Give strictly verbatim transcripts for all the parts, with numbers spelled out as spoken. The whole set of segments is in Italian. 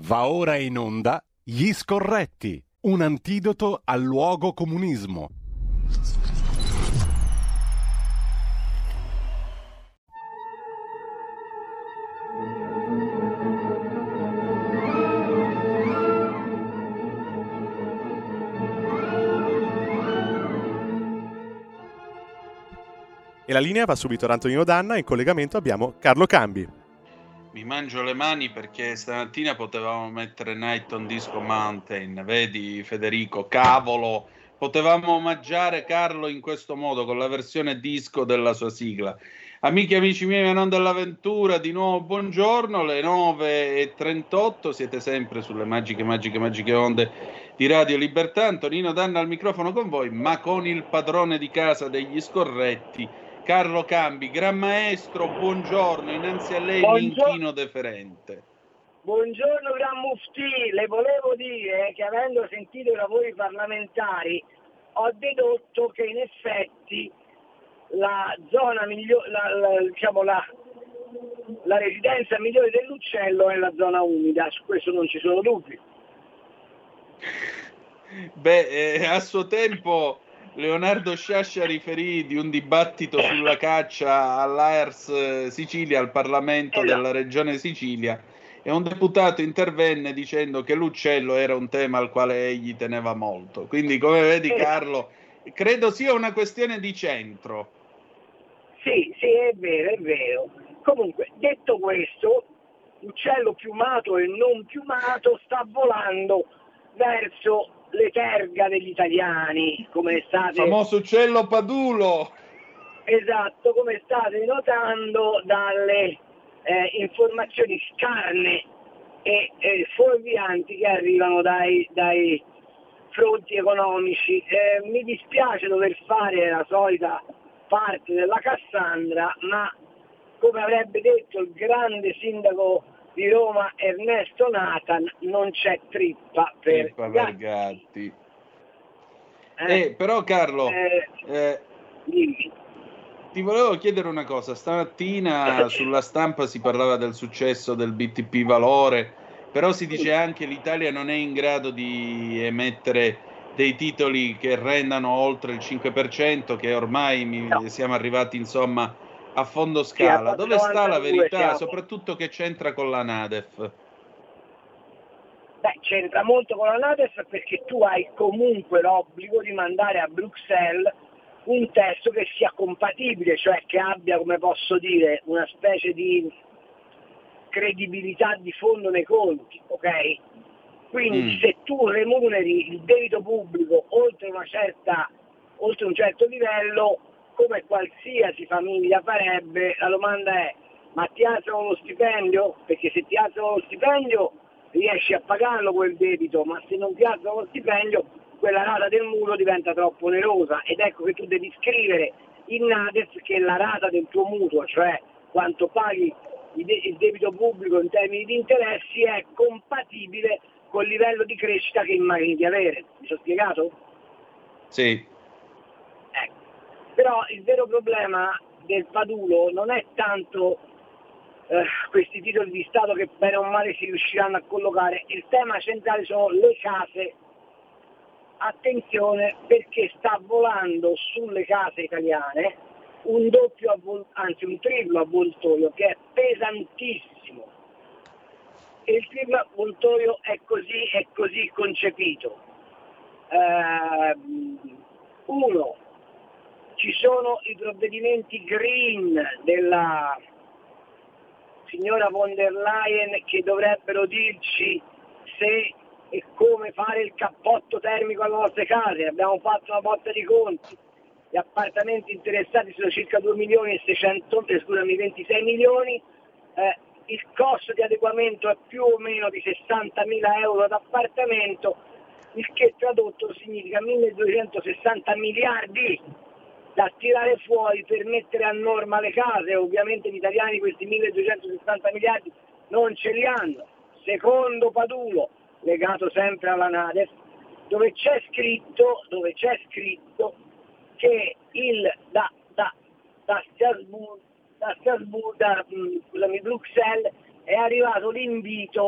Va ora in onda Gli Scorretti, un antidoto al luogo comunismo. E la linea va subito ad Antonino Danna. In collegamento abbiamo Carlo Cambi. Mi mangio le mani perché stamattina potevamo mettere Night on Disco Mountain, vedi Federico, cavolo, potevamo omaggiare Carlo in questo modo, con la versione disco della sua sigla. Amici e amici miei, ma non dell'avventura, di nuovo buongiorno, le nove e trentotto, siete sempre sulle magiche, magiche, magiche onde di Radio Libertà. Antonino Danna al microfono con voi, ma con il padrone di casa degli scorretti, Carlo Cambi. Gran maestro, buongiorno, innanzi a lei Buongiorno. l'inchino deferente. Buongiorno Gran Muftì, le volevo dire che avendo sentito i lavori parlamentari ho dedotto che in effetti la zona migliore, la, la, diciamo la, la residenza migliore dell'uccello è la zona umida, su questo non ci sono dubbi. Beh, eh, a suo tempo Leonardo Sciascia riferì di un dibattito sulla caccia all'A E R S Sicilia, al Parlamento Esatto. della Regione Sicilia, e un deputato intervenne dicendo che l'uccello era un tema al quale egli teneva molto. Quindi, come vedi, Esatto. Carlo, credo sia una questione di centro. Sì, sì, è vero, è vero. Comunque, detto questo, l'uccello piumato e non piumato sta volando verso le terga degli italiani, come state... Famoso uccello padulo! Esatto, come state notando dalle eh, informazioni scarne e eh, fuorvianti che arrivano dai, dai fronti economici. Eh, mi dispiace dover fare la solita parte della Cassandra, ma come avrebbe detto il grande sindaco di Roma Ernesto Nathan, non c'è trippa per Trippa per gatti. gatti. Eh, Eh, però Carlo, eh, eh, dimmi. ti volevo chiedere una cosa. Stamattina sulla stampa si parlava del successo del B T P Valore, però si dice anche che l'Italia non è in grado di emettere dei titoli che rendano oltre il cinque per cento, che ormai mi- No. siamo arrivati insomma a fondo Sì, a scala. Dove sta la novantadue verità? siamo. Soprattutto che c'entra con la NADEF? Beh, c'entra molto con la NADEF perché tu hai comunque l'obbligo di mandare a Bruxelles un testo che sia compatibile, cioè che abbia, come posso dire, una specie di credibilità di fondo nei conti, ok? Quindi Mm. se tu remuneri il debito pubblico oltre una certa, oltre un certo livello, come qualsiasi famiglia farebbe, la domanda è: ma ti alzano lo stipendio? Perché se ti alzano lo stipendio riesci a pagarlo quel debito, ma se non ti alzano lo stipendio quella rata del mutuo diventa troppo onerosa, ed ecco che tu devi scrivere in NADEF che la rata del tuo mutuo, cioè quanto paghi il debito pubblico in termini di interessi, è compatibile col livello di crescita che immagini di avere. Mi sono spiegato? Sì. Ecco. Però il vero problema del Padulo non è tanto eh, questi titoli di Stato che bene o male si riusciranno a collocare, il tema centrale sono le case. Attenzione, perché sta volando sulle case italiane un doppio, avvol- anzi un triplo avvoltoio che è pesantissimo. E il triplo avvoltoio è così, è così concepito. Eh, uno, ci sono i provvedimenti green della signora von der Leyen che dovrebbero dirci se e come fare il cappotto termico alle nostre case. Abbiamo fatto una botta di conti, gli appartamenti interessati sono circa due milioni e seicento, scusami, ventisei milioni, eh, il costo di adeguamento è più o meno di sessantamila euro ad appartamento, il che tradotto significa milleduecentosessanta miliardi da tirare fuori per mettere a norma le case. Ovviamente gli italiani questi milleduecentosessanta miliardi non ce li hanno. Secondo Padulo, legato sempre alla NADEF, dove c'è scritto, dove c'è scritto che il da, da, da Strasbourg, da Strasbourg, da, scusami, Bruxelles, è arrivato l'invito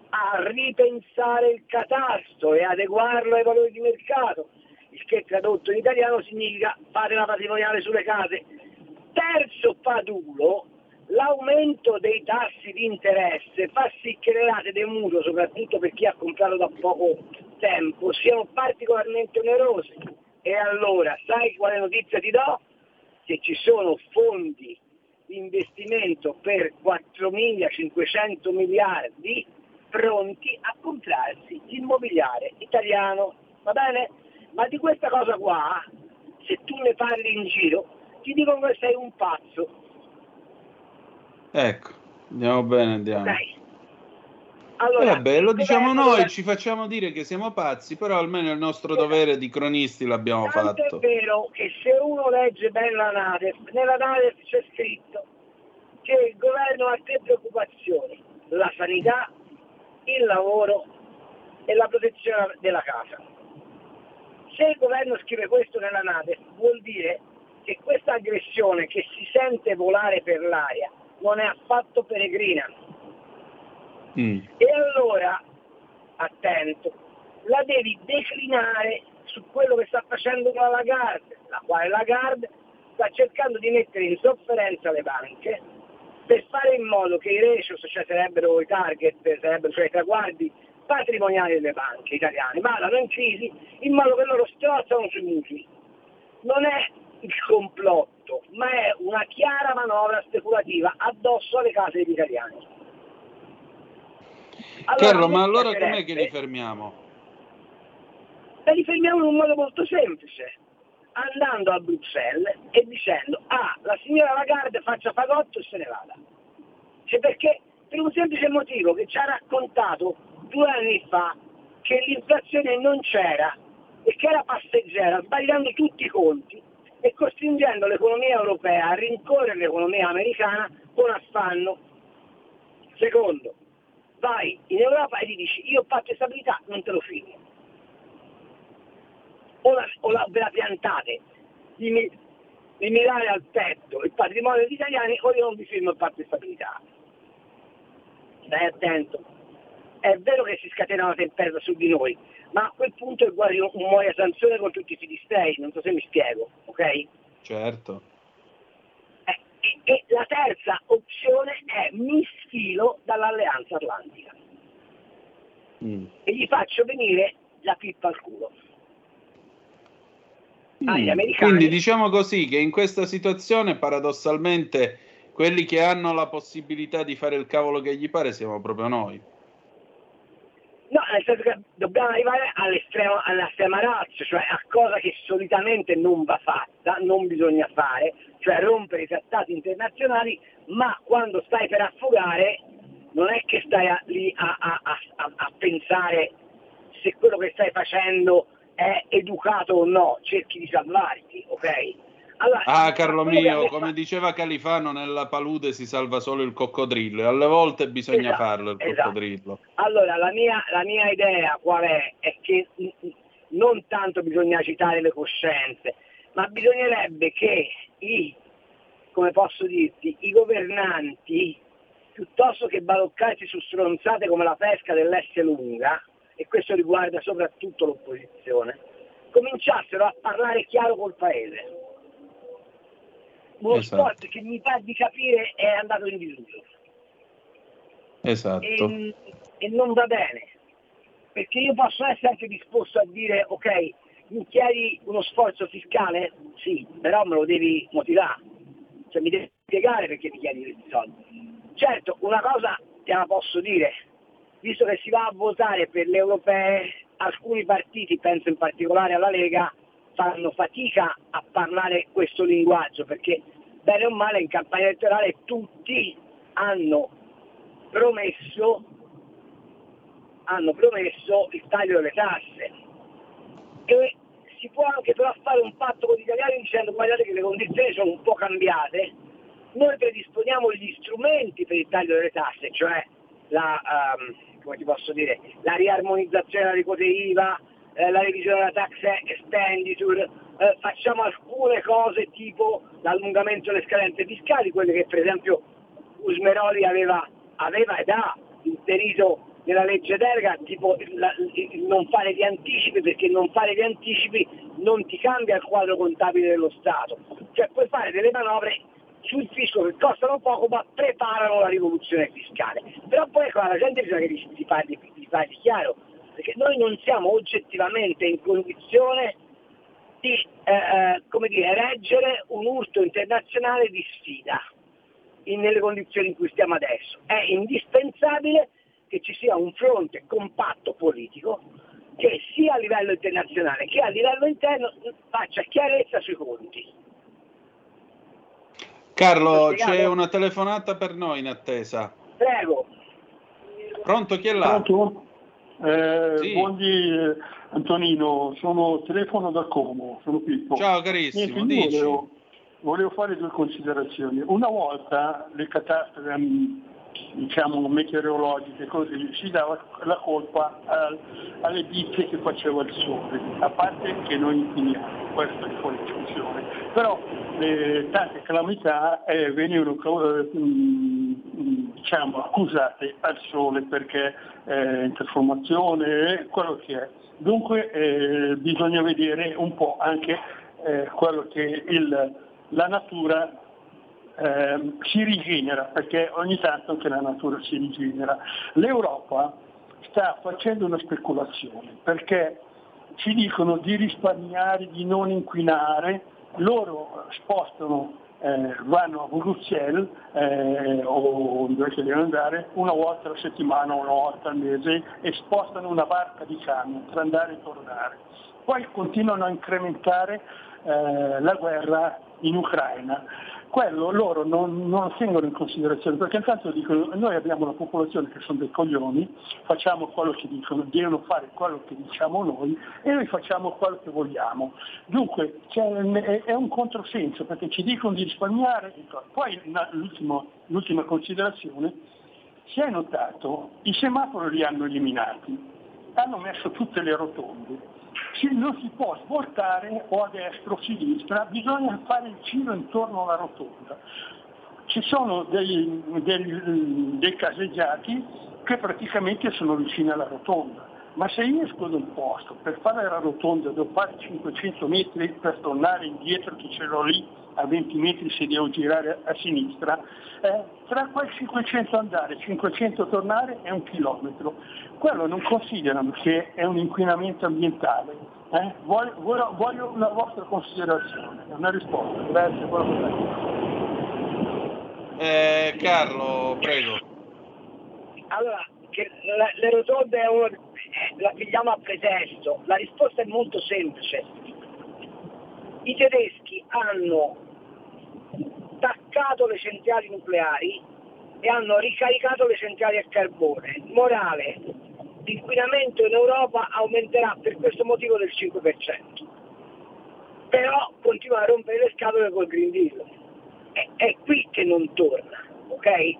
a ripensare il catasto e adeguarlo ai valori di mercato, il che tradotto in italiano significa fare la patrimoniale sulle case. Terzo padulo, l'aumento dei tassi di interesse fa sì che le rate del mutuo, soprattutto per chi ha comprato da poco tempo, siano particolarmente onerose. E allora, sai quale notizia ti do? Che ci sono fondi di investimento per quattromilacinquecento miliardi pronti a comprarsi l'immobiliare italiano, va bene? Ma di questa cosa qua, se tu ne parli in giro, ti dicono che sei un pazzo. Ecco, andiamo bene, andiamo. Ok. Allora, eh beh, lo diciamo noi, dovrebbe... ci facciamo dire che siamo pazzi, però almeno il nostro dovere di cronisti l'abbiamo Tanto fatto. è vero che se uno legge bene la NADEF, nella NADEF c'è scritto che il governo ha tre preoccupazioni: la sanità, il lavoro e la protezione della casa. Se il governo scrive questo nella NADEF, vuol dire che questa aggressione che si sente volare per l'aria non è affatto peregrina. Mm. E allora, attento, la devi declinare su quello che sta facendo la Lagarde, la quale Lagarde sta cercando di mettere in sofferenza le banche per fare in modo che i ratios, cioè sarebbero i target, sarebbero cioè i traguardi patrimoniali delle banche italiane, vadano in crisi in modo che loro strozzano sui mutui. Non è il complotto, ma è una chiara manovra speculativa addosso alle case degli italiani. Allora, Carlo, ma allora com'è che li fermiamo? E li fermiamo in un modo molto semplice, andando a Bruxelles e dicendo: ah, la signora Lagarde faccia fagotto e se ne vada. Cioè, perché? Per un semplice motivo, che ci ha raccontato due anni fa che l'inflazione non c'era e che era passeggera, sbagliando tutti i conti e costringendo l'economia europea a rincorrere l'economia americana con affanno. Secondo, vai in Europa e gli dici: io ho patto di stabilità, non te lo firmo. O, la, o la, ve la piantate di, di mirare al petto il patrimonio degli italiani, o io non vi firmo il patto di stabilità. Stai attento. È vero che si scatena una tempesta su di noi, ma a quel punto è quasi un muoia sanzione con tutti i filistei, non so se mi spiego, ok? Certo. Eh, e, e la terza opzione è: mi sfilo dall'Alleanza Atlantica Mm. e gli faccio venire la pippa al culo. Agli Mm. americani. Quindi diciamo così che in questa situazione paradossalmente quelli che hanno la possibilità di fare il cavolo che gli pare siamo proprio noi. No, nel senso che dobbiamo arrivare all'estremo, all'estrema razza, cioè a cosa che solitamente non va fatta, non bisogna fare, cioè rompere i trattati internazionali, ma quando stai per affogare non è che stai a, lì a, a, a, a pensare se quello che stai facendo è educato o no, cerchi di salvarti, ok? Allora, ah, Carlo mio, fa... come diceva Califano, nella palude si salva solo il coccodrillo e alle volte bisogna esatto, farlo il esatto. coccodrillo. Allora, la mia, la mia idea qual è? È che non tanto bisogna citare le coscienze, ma bisognerebbe che i, come posso dirti, i governanti, piuttosto che baloccarsi su stronzate come la pesca dell'S lunga, e questo riguarda soprattutto l'opposizione, cominciassero a parlare chiaro col paese. Uno Esatto. sport che mi pare di capire è andato in disuso. Esatto. E, e non va bene, perché io posso essere anche disposto a dire: ok, mi chiedi uno sforzo fiscale? Sì, però me lo devi motivare, cioè mi devi spiegare perché mi chiedi questi soldi. Certo, una cosa te la posso dire: visto che si va a votare per le europee, alcuni partiti, penso in particolare alla Lega, fanno fatica a parlare questo linguaggio, perché bene o male in campagna elettorale tutti hanno promesso hanno promesso il taglio delle tasse, e si può anche però fare un patto con gli italiani dicendo: guardate che le condizioni sono un po' cambiate, noi predisponiamo gli strumenti per il taglio delle tasse, cioè la, um, come ti posso dire, la riarmonizzazione della aliquote I V A, eh, la revisione della tax expenditure, eh, facciamo alcune cose tipo l'allungamento delle scadenze fiscali, quelle che per esempio Usmeroli aveva, aveva ed ha inserito nella legge delega, tipo la, il non fare gli anticipi, perché non fare gli anticipi non ti cambia il quadro contabile dello Stato, cioè puoi fare delle manovre sul fisco che costano poco ma preparano la rivoluzione fiscale, però poi ecco, la gente bisogna che si parli, si parli chiaro, perché noi non siamo oggettivamente in condizione di eh, come dire, reggere un urto internazionale di sfida in, nelle condizioni in cui stiamo adesso. È indispensabile che ci sia un fronte compatto politico che sia a livello internazionale che a livello interno faccia chiarezza sui conti. Carlo, c'è una telefonata per noi in attesa. Prego. Pronto, chi è là? Pronto? Eh, Sì. Buondì Antonino, sono telefono da Como, sono Pippo. Ciao carissimo, Niente, io dici. volevo, volevo fare due considerazioni. Una volta le catastrofi, diciamo, meteorologiche, così, si dava la colpa al, alle bizze che faceva il sole, a parte che noi inquiniamo, questo è fuori discussione. Però le tante calamità eh, venivano eh, diciamo, accusate al sole perché eh, interformazione, quello che è. Dunque eh, bisogna vedere un po' anche eh, quello che il, la natura eh, si rigenera, perché ogni tanto anche la natura si rigenera. L'Europa sta facendo una speculazione perché ci dicono di risparmiare, di non inquinare, loro spostano, eh, vanno a Bruxelles eh, o dove che devono andare una volta alla settimana, una volta al mese e spostano una barca di camion per andare e tornare. Poi continuano a incrementare eh, la guerra in Ucraina. Quello loro non, non lo tengono in considerazione perché intanto dicono noi abbiamo una popolazione che sono dei coglioni, facciamo quello che dicono, devono fare quello che diciamo noi e noi facciamo quello che vogliamo. Dunque c'è, è un controsenso perché ci dicono di risparmiare. Poi l'ultimo, l'ultima considerazione, si è notato, i semafori li hanno eliminati, hanno messo tutte le rotonde. Non si può svoltare o a destra o a sinistra, bisogna fare il giro intorno alla rotonda. Ci sono dei, dei, dei caseggiati che praticamente sono vicini alla rotonda, ma se io esco da un posto per fare la rotonda devo fare cinquecento metri per tornare indietro che ce l'ho lì a venti metri se devo girare a sinistra, eh, tra quel cinquecento andare e cinquecento tornare è un chilometro. Quello non considerano che è un inquinamento ambientale. Eh? Voglio, voglio, voglio una vostra considerazione, una risposta. Grazie. Eh, Carlo, prego. Allora, che la, le rotonde è uno, la pigliamo a pretesto. La risposta è molto semplice. I tedeschi hanno staccato le centrali nucleari e hanno ricaricato le centrali a carbone. Morale, l'inquinamento in Europa aumenterà per questo motivo del cinque per cento. Però continua a rompere le scatole col Green Deal. È, è qui che non torna, ok?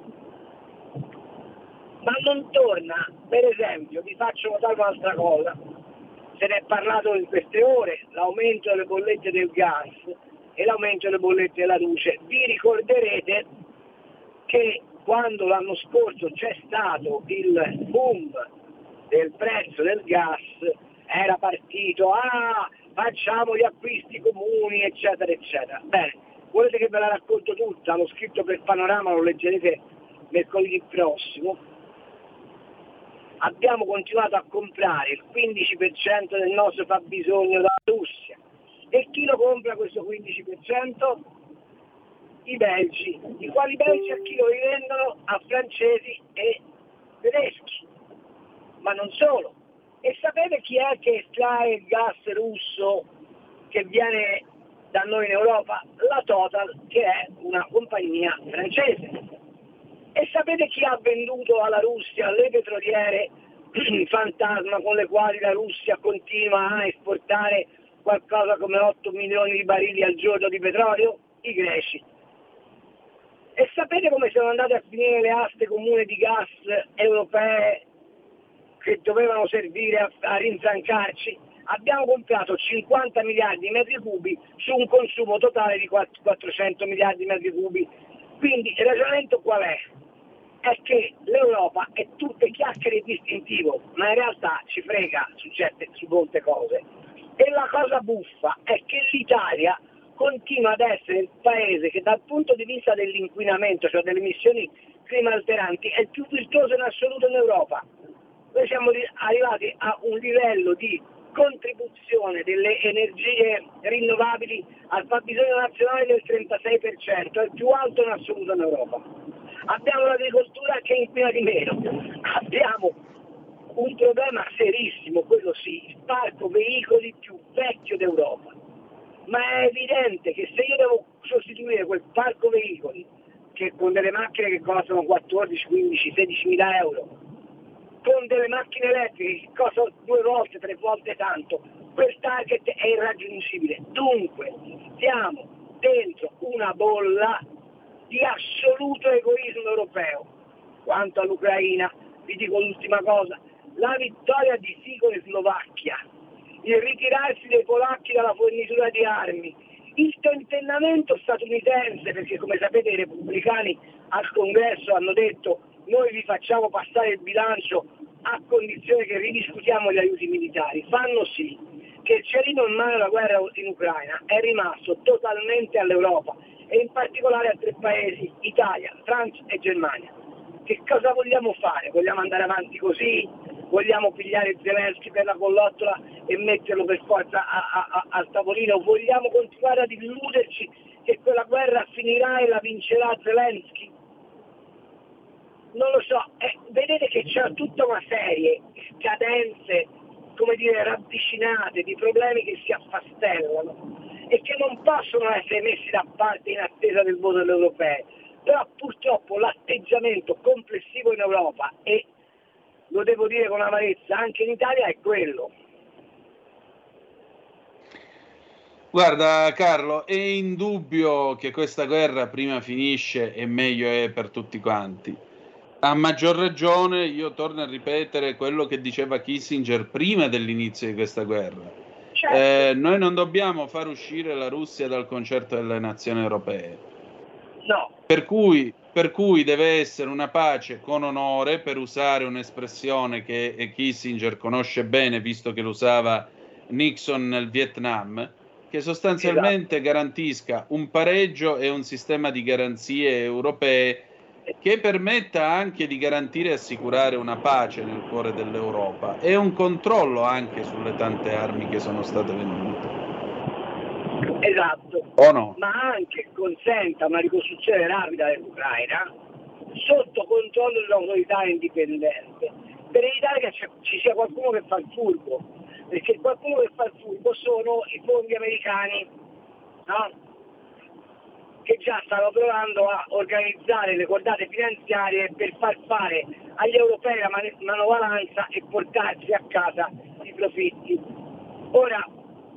Ma non torna, per esempio, vi faccio notare un'altra cosa, se ne è parlato in queste ore, l'aumento delle bollette del gas e l'aumento delle bollette della luce. Vi ricorderete che quando l'anno scorso c'è stato il boom del prezzo del gas, era partito, ah, facciamo gli acquisti comuni, eccetera, eccetera. Bene, volete che ve la racconto tutta? L'ho scritto per Panorama, lo leggerete mercoledì prossimo. Abbiamo continuato a comprare il quindici per cento del nostro fabbisogno dalla Russia. E chi lo compra questo quindici per cento? I belgi, i quali belgi a chi lo rivendono? A francesi e tedeschi. Ma non solo. E sapete chi è che estrae il gas russo che viene da noi in Europa? La Total, che è una compagnia francese. E sapete chi ha venduto alla Russia le petroliere fantasma con le quali la Russia continua a esportare qualcosa come otto milioni di barili al giorno di petrolio? I greci. E sapete come sono andate a finire le aste comuni di gas europee che dovevano servire a, a rinfrancarci? Abbiamo comprato cinquanta miliardi di metri cubi su un consumo totale di quattrocento miliardi di metri cubi. Quindi il ragionamento qual è? è che l'Europa è tutte chiacchiere di distintivo, ma in realtà ci frega su, certe, su molte cose. E la cosa buffa è che l'Italia continua ad essere il paese che dal punto di vista dell'inquinamento, cioè delle emissioni climalteranti, è il più virtuoso in assoluto in Europa. Noi siamo arrivati a un livello di contribuzione delle energie rinnovabili al fabbisogno nazionale del trentasei per cento, è il più alto in assoluto in Europa. Abbiamo l'agricoltura che inquina di meno, abbiamo un problema serissimo, quello sì, il parco veicoli più vecchio d'Europa. Ma è evidente che se io devo sostituire quel parco veicoli, che con delle macchine che costano quattordici, quindici, sedici mila euro, con delle macchine elettriche che costano due volte, tre volte tanto, quel target è irraggiungibile. Dunque, siamo dentro una bolla di assoluto egoismo europeo. Quanto all'Ucraina, vi dico l'ultima cosa, la vittoria di Fico in Slovacchia, il ritirarsi dei polacchi dalla fornitura di armi, il tentennamento statunitense, perché come sapete i repubblicani al congresso hanno detto noi vi facciamo passare il bilancio a condizione che ridiscutiamo gli aiuti militari, fanno sì che il cerino in mano alla guerra in Ucraina è rimasto totalmente all'Europa e in particolare a tre paesi, Italia, Francia e Germania. Che cosa vogliamo fare? Vogliamo andare avanti così? Vogliamo pigliare Zelensky per la collottola e metterlo per forza a, a, a, al tavolino? Vogliamo continuare ad illuderci che quella guerra finirà e la vincerà Zelensky? Non lo so, eh, vedete che c'è tutta una serie di scadenze, come dire, ravvicinate, di problemi che si affastellano e che non possono essere messi da parte in attesa del voto delle europee. Però purtroppo l'atteggiamento complessivo in Europa, e lo devo dire con amarezza, anche in Italia è quello. Guarda Carlo, è indubbio che questa guerra prima finisce e meglio è per tutti quanti. A maggior ragione io torno a ripetere quello che diceva Kissinger prima dell'inizio di questa guerra. Certo. Eh, noi non dobbiamo far uscire la Russia dal concerto delle nazioni europee. No. Per cui, per cui deve essere una pace con onore, per usare un'espressione che Kissinger conosce bene, visto che lo usava Nixon nel Vietnam, che sostanzialmente Esatto. garantisca un pareggio e un sistema di garanzie europee che permetta anche di garantire e assicurare una pace nel cuore dell'Europa e un controllo anche sulle tante armi che sono state vendute. Esatto. O no? Ma anche consenta una ricostruzione rapida dell'Ucraina sotto controllo dell'autorità indipendente, per evitare che ci sia qualcuno che fa il furbo, perché qualcuno che fa il furbo sono i fondi americani, no? Che già stanno provando a organizzare le cordate finanziarie per far fare agli europei la man- manovalanza e portarsi a casa i profitti. Ora,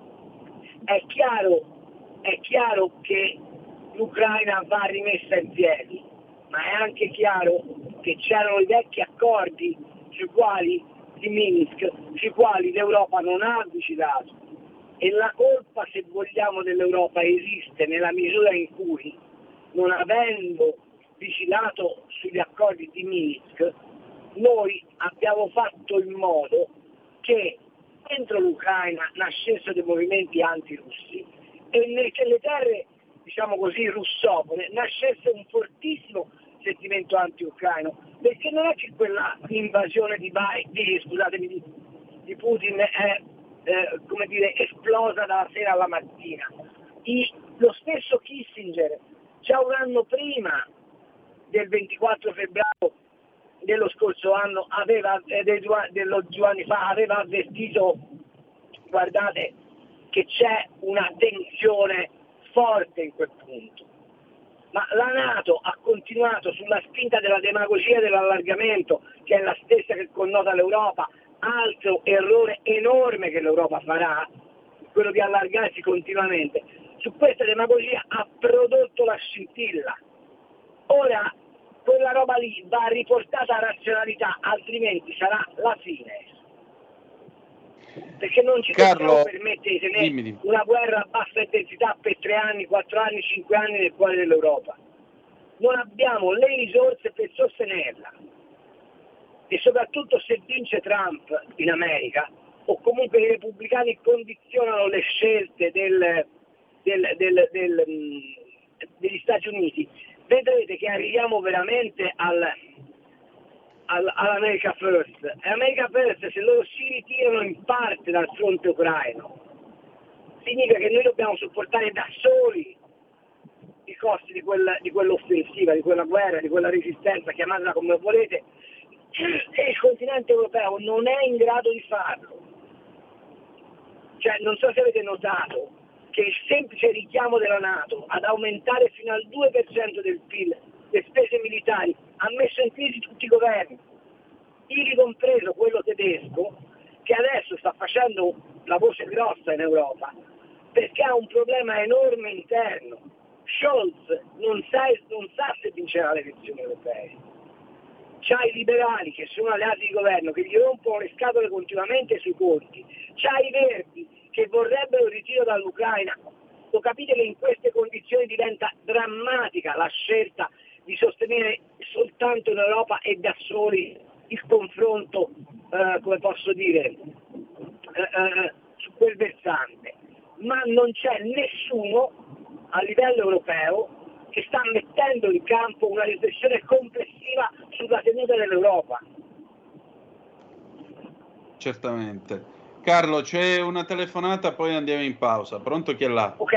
è chiaro, è chiaro che l'Ucraina va rimessa in piedi, ma è anche chiaro che c'erano i vecchi accordi sui quali, di Minsk, sui quali l'Europa non ha vigilato. E la colpa, se vogliamo, dell'Europa esiste nella misura in cui, non avendo vigilato sugli accordi di Minsk, noi abbiamo fatto in modo che dentro l'Ucraina nascessero dei movimenti antirussi e nelle terre, diciamo così, russofone nascesse un fortissimo sentimento anti-ucraino, perché non è che quella invasione di, di, scusatemi, di, di Putin è Eh, come dire, esplosa dalla sera alla mattina. I, lo stesso Kissinger, già un anno prima del ventiquattro febbraio dello scorso anno, aveva, eh, dello due anni fa, aveva avvertito, guardate, che c'è una tensione forte in quel punto. Ma la NATO ha continuato sulla spinta della demagogia dell'allargamento, che è la stessa che connota l'Europa. Altro errore enorme che l'Europa farà, quello di allargarsi continuamente. Su questa demagogia ha prodotto la scintilla. Ora quella roba lì va riportata a razionalità, altrimenti sarà la fine. Perché non ci Carlo, possiamo permettere di tenere dimmi, dimmi. una guerra a bassa intensità per tre anni, quattro anni, cinque anni nel cuore dell'Europa. non abbiamo le risorse per sostenerla. E soprattutto se vince Trump in America, o comunque i repubblicani condizionano le scelte del, del, del, del, degli Stati Uniti, vedrete che arriviamo veramente al, al, all'America First. E America First, se loro si ritirano in parte dal fronte ucraino, significa che noi dobbiamo sopportare da soli i costi di, quella, di quell'offensiva, di quella guerra, di quella resistenza, chiamatela come volete, e il continente europeo non è in grado di farlo. Cioè, non so se avete notato che il semplice richiamo della NATO ad aumentare fino al due per cento del P I L le spese militari ha messo in crisi tutti i governi, ivi compreso quello tedesco, che adesso sta facendo la voce grossa in Europa perché ha un problema enorme interno. Scholz non sa, non sa se vincerà le elezioni europee. C'ha i liberali che sono alleati di governo che gli rompono le scatole continuamente sui conti, c'ha i verdi che vorrebbero il ritiro dall'Ucraina. Lo capite che in queste condizioni diventa drammatica la scelta di sostenere soltanto in Europa e da soli il confronto, eh, come posso dire, eh, eh, su quel versante. Ma non c'è nessuno a livello europeo che sta mettendo in campo una riflessione complessiva sulla tenuta dell'Europa. Certamente. Carlo, c'è una telefonata, poi andiamo in pausa. Pronto, chi è là? Ok.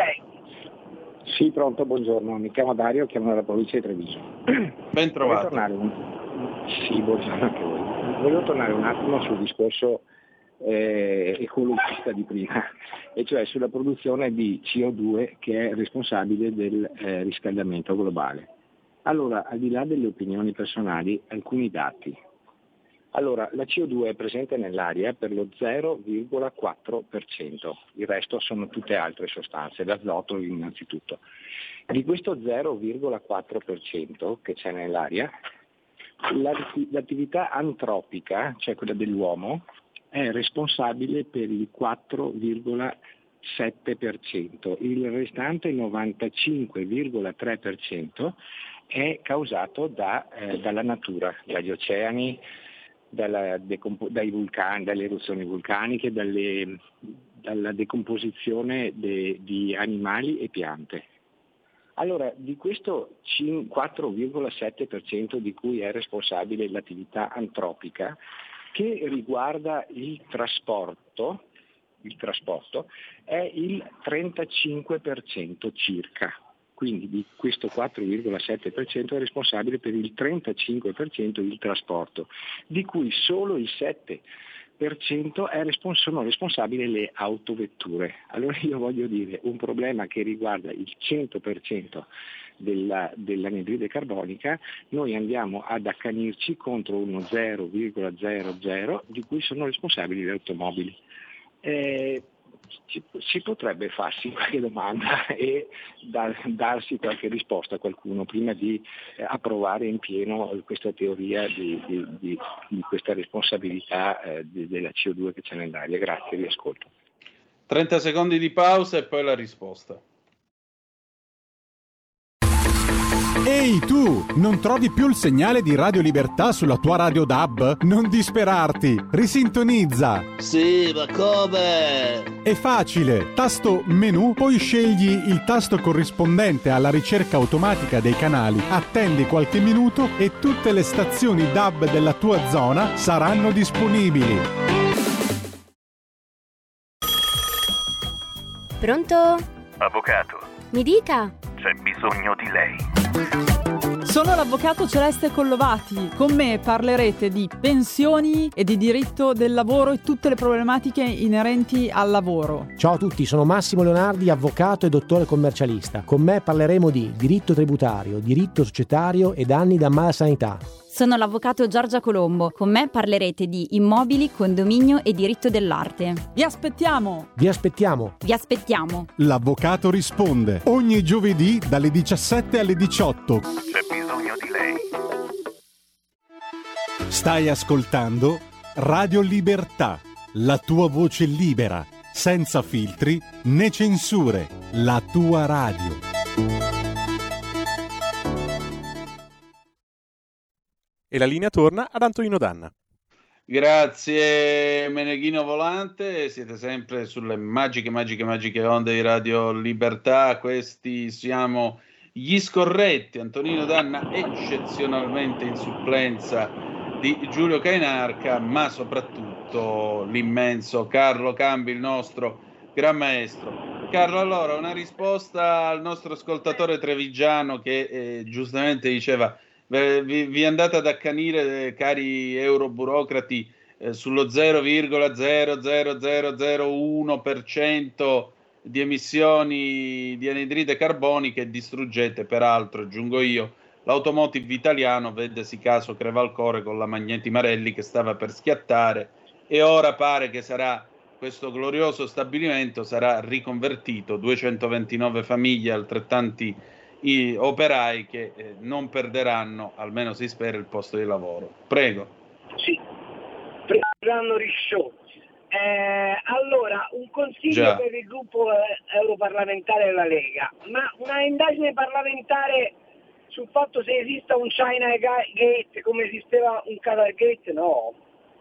Sì, pronto, buongiorno. Mi chiamo Dario, chiamo dalla provincia di Treviso. Ben trovato. Volevo tornare un... Sì, buongiorno anche voi. Volevo tornare un attimo sul discorso eh, ecologista di prima, e cioè sulla produzione di C O due che è responsabile del eh, riscaldamento globale. Allora, al di là delle opinioni personali, alcuni dati. Allora, la C O due è presente nell'aria per lo zero virgola quattro per cento, il resto sono tutte altre sostanze, l'azoto innanzitutto. Di questo zero virgola quattro per cento che c'è nell'aria, l'attività antropica, cioè quella dell'uomo, è responsabile per il quattro virgola sette per cento, il restante novantacinque virgola tre per cento è causato da, eh, dalla natura, dagli oceani, dalla decompo- dai vulcani, dalle eruzioni vulcaniche, dalle, dalla decomposizione de- di animali e piante. Allora, di questo quattro virgola sette per cento di cui è responsabile l'attività antropica, che riguarda il trasporto, il trasporto è il trentacinque per cento circa. Quindi di questo quattro virgola sette per cento è responsabile per il trentacinque per cento il trasporto, di cui solo il sette per cento è respons- sono responsabili le autovetture. Allora io voglio dire, un problema che riguarda il cento per cento della, dell'anidride carbonica, noi andiamo ad accanirci contro uno zero virgola zero zero di cui sono responsabili le automobili. Eh, si potrebbe farsi qualche domanda e dar, darsi qualche risposta a qualcuno prima di eh, approvare in pieno questa teoria di, di, di, di questa responsabilità eh, di, della C O due che c'è nell'aria. Grazie, vi ascolto. trenta secondi di pausa e poi la risposta. Ehi tu, non trovi più il segnale di Radio Libertà sulla tua radio D A B? Non disperarti, risintonizza! Sì, ma come? È facile, tasto menu, poi scegli il tasto corrispondente alla ricerca automatica dei canali, attendi qualche minuto e tutte le stazioni D A B della tua zona saranno disponibili. Pronto? Avvocato. Mi dica. C'è bisogno di lei. Sono l'avvocato Celeste Collovati. Con me parlerete di pensioni e di diritto del lavoro e tutte le problematiche inerenti al lavoro. Ciao a tutti, sono Massimo Leonardi, avvocato e dottore commercialista. Con me parleremo di diritto tributario, diritto societario e danni da malasanità. Sono l'avvocato Giorgia Colombo. Con me parlerete di immobili, condominio e diritto dell'arte. Vi aspettiamo! Vi aspettiamo! Vi aspettiamo! L'avvocato risponde ogni giovedì dalle diciassette alle diciotto. C'è bisogno di lei. Stai ascoltando Radio Libertà, la tua voce libera, senza filtri né censure, la tua radio. E la linea torna ad Antonino Danna. Grazie Meneghino Volante, siete sempre sulle magiche, magiche, magiche onde di Radio Libertà. Questi siamo gli scorretti, Antonino Danna eccezionalmente in supplenza di Giulio Cainarca, ma soprattutto l'immenso Carlo Cambi, il nostro gran maestro. Carlo, allora una risposta al nostro ascoltatore trevigiano che eh, giustamente diceva Vi, vi andate ad accanire, eh, cari euroburocrati, eh, sullo zero virgola zero zero zero zero uno per cento di emissioni di anidride carbonica e distruggete, peraltro, aggiungo io, l'automotive italiano, vedesi caso Crevalcore con la Magneti Marelli che stava per schiattare, e ora pare che sarà questo glorioso stabilimento sarà riconvertito, duecentoventinove famiglie, altrettanti i operai che eh, non perderanno, almeno si spera, il posto di lavoro. Prego. Sì, prenderanno risciolti. Eh, allora, un consiglio Già. per il gruppo eh, europarlamentare della Lega, ma una indagine parlamentare sul fatto se esista un China Gate come esisteva un Qatar Gate, no.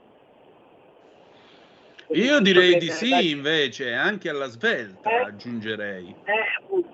Così Io direi di potete- sì, invece, anche alla svelta, Eh? aggiungerei. Eh, appunto.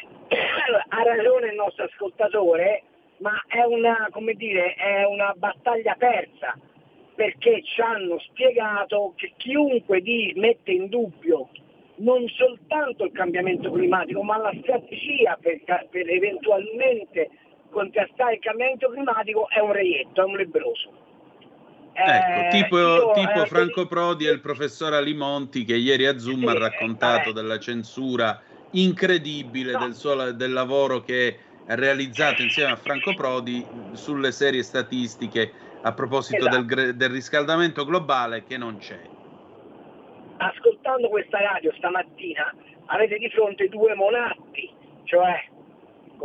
Ha ragione il nostro ascoltatore, ma è una, come dire, è una battaglia persa, perché ci hanno spiegato che chiunque di mette in dubbio non soltanto il cambiamento climatico, ma la strategia per, per eventualmente contrastare il cambiamento climatico è un reietto, è un lebbroso. Ecco, Eh, tipo, io, tipo eh, Franco Prodi e il professor Alimonti che ieri a Zoom Sì, ha raccontato eh. della censura incredibile No. del, suo, del lavoro che ha realizzato insieme a Franco Prodi sulle serie statistiche a proposito Esatto. del, gre- del riscaldamento globale che non c'è. Ascoltando questa radio stamattina avete di fronte due monatti, cioè il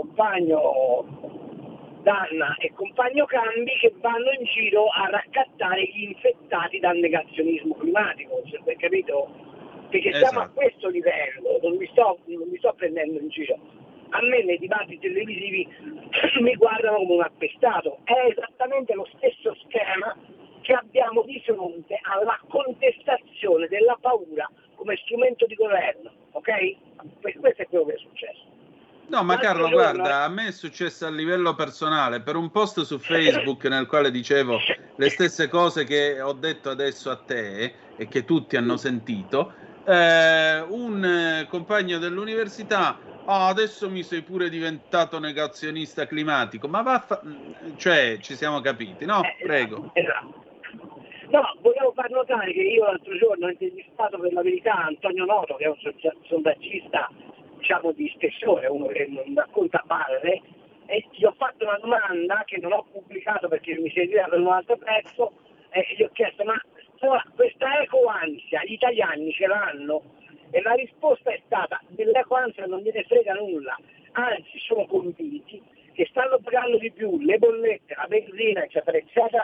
compagno Danna e compagno Cambi, che vanno in giro a raccattare gli infettati dal negazionismo climatico, cioè, per capito? Perché siamo a Esatto. questo livello, non mi sto, non mi sto prendendo in giro. A me nei dibattiti televisivi mi guardano come un appestato, è esattamente lo stesso schema che abbiamo di fronte alla contestazione della paura come strumento di governo, ok? Questo è quello che è successo. No, ma L'altro Carlo, giorno- guarda, a me è successo a livello personale, per un post su Facebook nel quale dicevo le stesse cose che ho detto adesso a te e che tutti hanno sentito, eh, un eh, compagno dell'università, "Ah, adesso mi sei pure diventato negazionista climatico", ma va, fa- cioè, ci siamo capiti, no? Eh, Prego. Esatto. No, volevo far notare che io l'altro giorno ho intervistato per la verità Antonio Noto, che è un so- sondaggista, diciamo, di spessore, uno che non racconta balle, e gli ho fatto una domanda che non ho pubblicato perché mi serviva per un altro pezzo, e gli ho chiesto: ma questa ecoansia gli italiani ce l'hanno? E la risposta è stata: dell'ecoansia non gliene frega nulla, anzi sono convinti che stanno pagando di più le bollette, la benzina, eccetera, eccetera.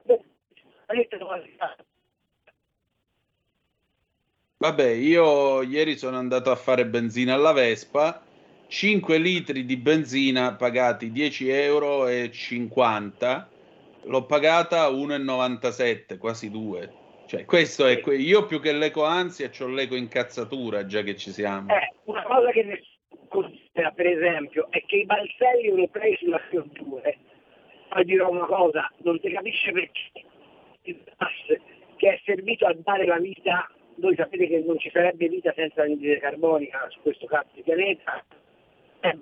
Vabbè, io ieri sono andato a fare benzina alla Vespa, cinque litri di benzina pagati dieci euro e cinquanta, l'ho pagata uno e novantasette, quasi due. Cioè, questo è que- io più che l'ecoansia c'ho l'eco incazzatura, già che ci siamo. Eh, una cosa che nessuno considera, per esempio, è che i balzelli europei sulla C O due, poi dirò una cosa, non si capisce perché il gas che è servito a dare la vita, voi sapete che non ci sarebbe vita senza l'anidride carbonica su questo cazzo di pianeta. Eh,